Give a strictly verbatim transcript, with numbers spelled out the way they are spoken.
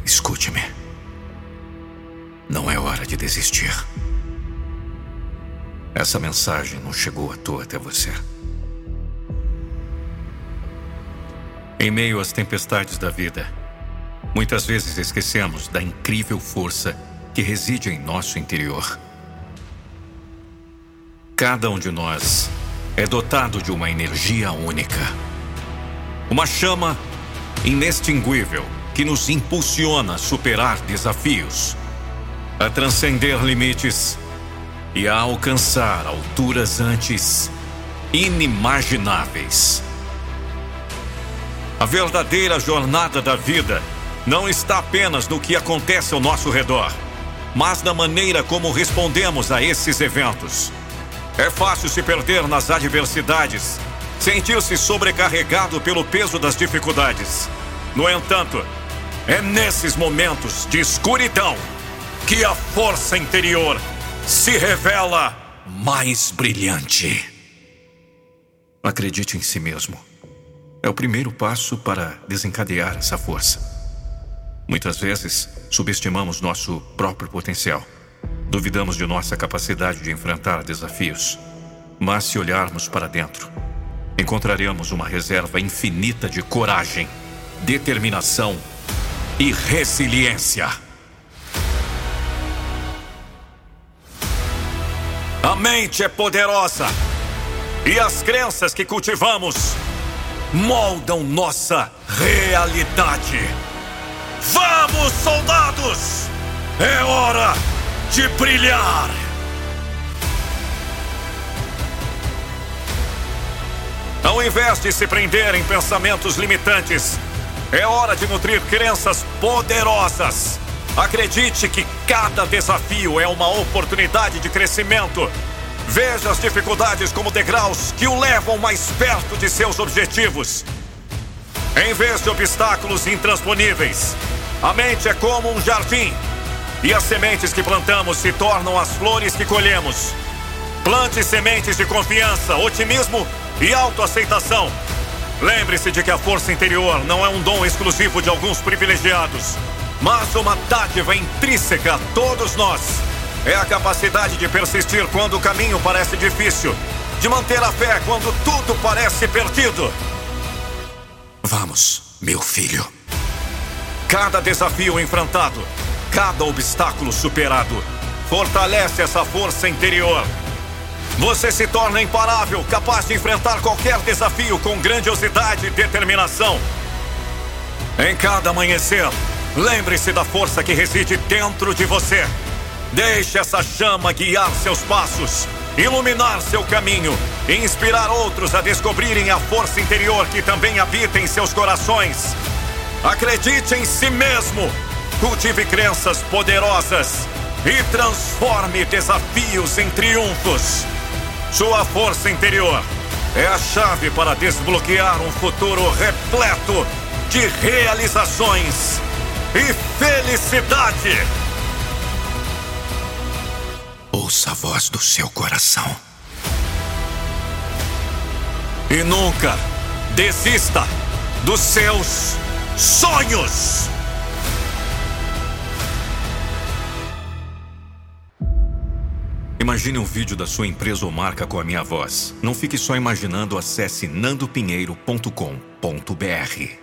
Escute-me. Não é hora de desistir. Essa mensagem não chegou à toa até você. Em meio às tempestades da vida, muitas vezes esquecemos da incrível força que reside em nosso interior. Cada um de nós é dotado de uma energia única. Uma chama inextinguível que nos impulsiona a superar desafios, a transcender limites e a alcançar alturas antes inimagináveis. A verdadeira jornada da vida não está apenas no que acontece ao nosso redor, mas na maneira como respondemos a esses eventos. É fácil se perder nas adversidades, sentir-se sobrecarregado pelo peso das dificuldades. No entanto, é nesses momentos de escuridão que a força interior se revela mais brilhante. Acredite em si mesmo. É o primeiro passo para desencadear essa força. Muitas vezes, subestimamos nosso próprio potencial. Duvidamos de nossa capacidade de enfrentar desafios. Mas se olharmos para dentro, encontraremos uma reserva infinita de coragem, determinação e resiliência. A mente é poderosa e as crenças que cultivamos moldam nossa realidade. Vamos, soldados! É hora de brilhar! Ao invés de se prender em pensamentos limitantes, é hora de nutrir crenças poderosas. Acredite que cada desafio é uma oportunidade de crescimento. Veja as dificuldades como degraus que o levam mais perto de seus objetivos. Em vez de obstáculos intransponíveis, a mente é como um jardim. E as sementes que plantamos se tornam as flores que colhemos. Plante sementes de confiança, otimismo e autoaceitação. Lembre-se de que a força interior não é um dom exclusivo de alguns privilegiados, mas uma dádiva intrínseca a todos nós. É a capacidade de persistir quando o caminho parece difícil, de manter a fé quando tudo parece perdido. Vamos, meu filho. Cada desafio enfrentado, cada obstáculo superado, fortalece essa força interior. Você se torna imparável, capaz de enfrentar qualquer desafio com grandiosidade e determinação. Em cada amanhecer, lembre-se da força que reside dentro de você. Deixe essa chama guiar seus passos, iluminar seu caminho e inspirar outros a descobrirem a força interior que também habita em seus corações. Acredite em si mesmo, cultive crenças poderosas e transforme desafios em triunfos. Sua força interior é a chave para desbloquear um futuro repleto de realizações e felicidade. Ouça a voz do seu coração. E nunca desista dos seus sonhos. Imagine um vídeo da sua empresa ou marca com a minha voz. Não fique só imaginando, acesse nando pinheiro ponto com ponto br.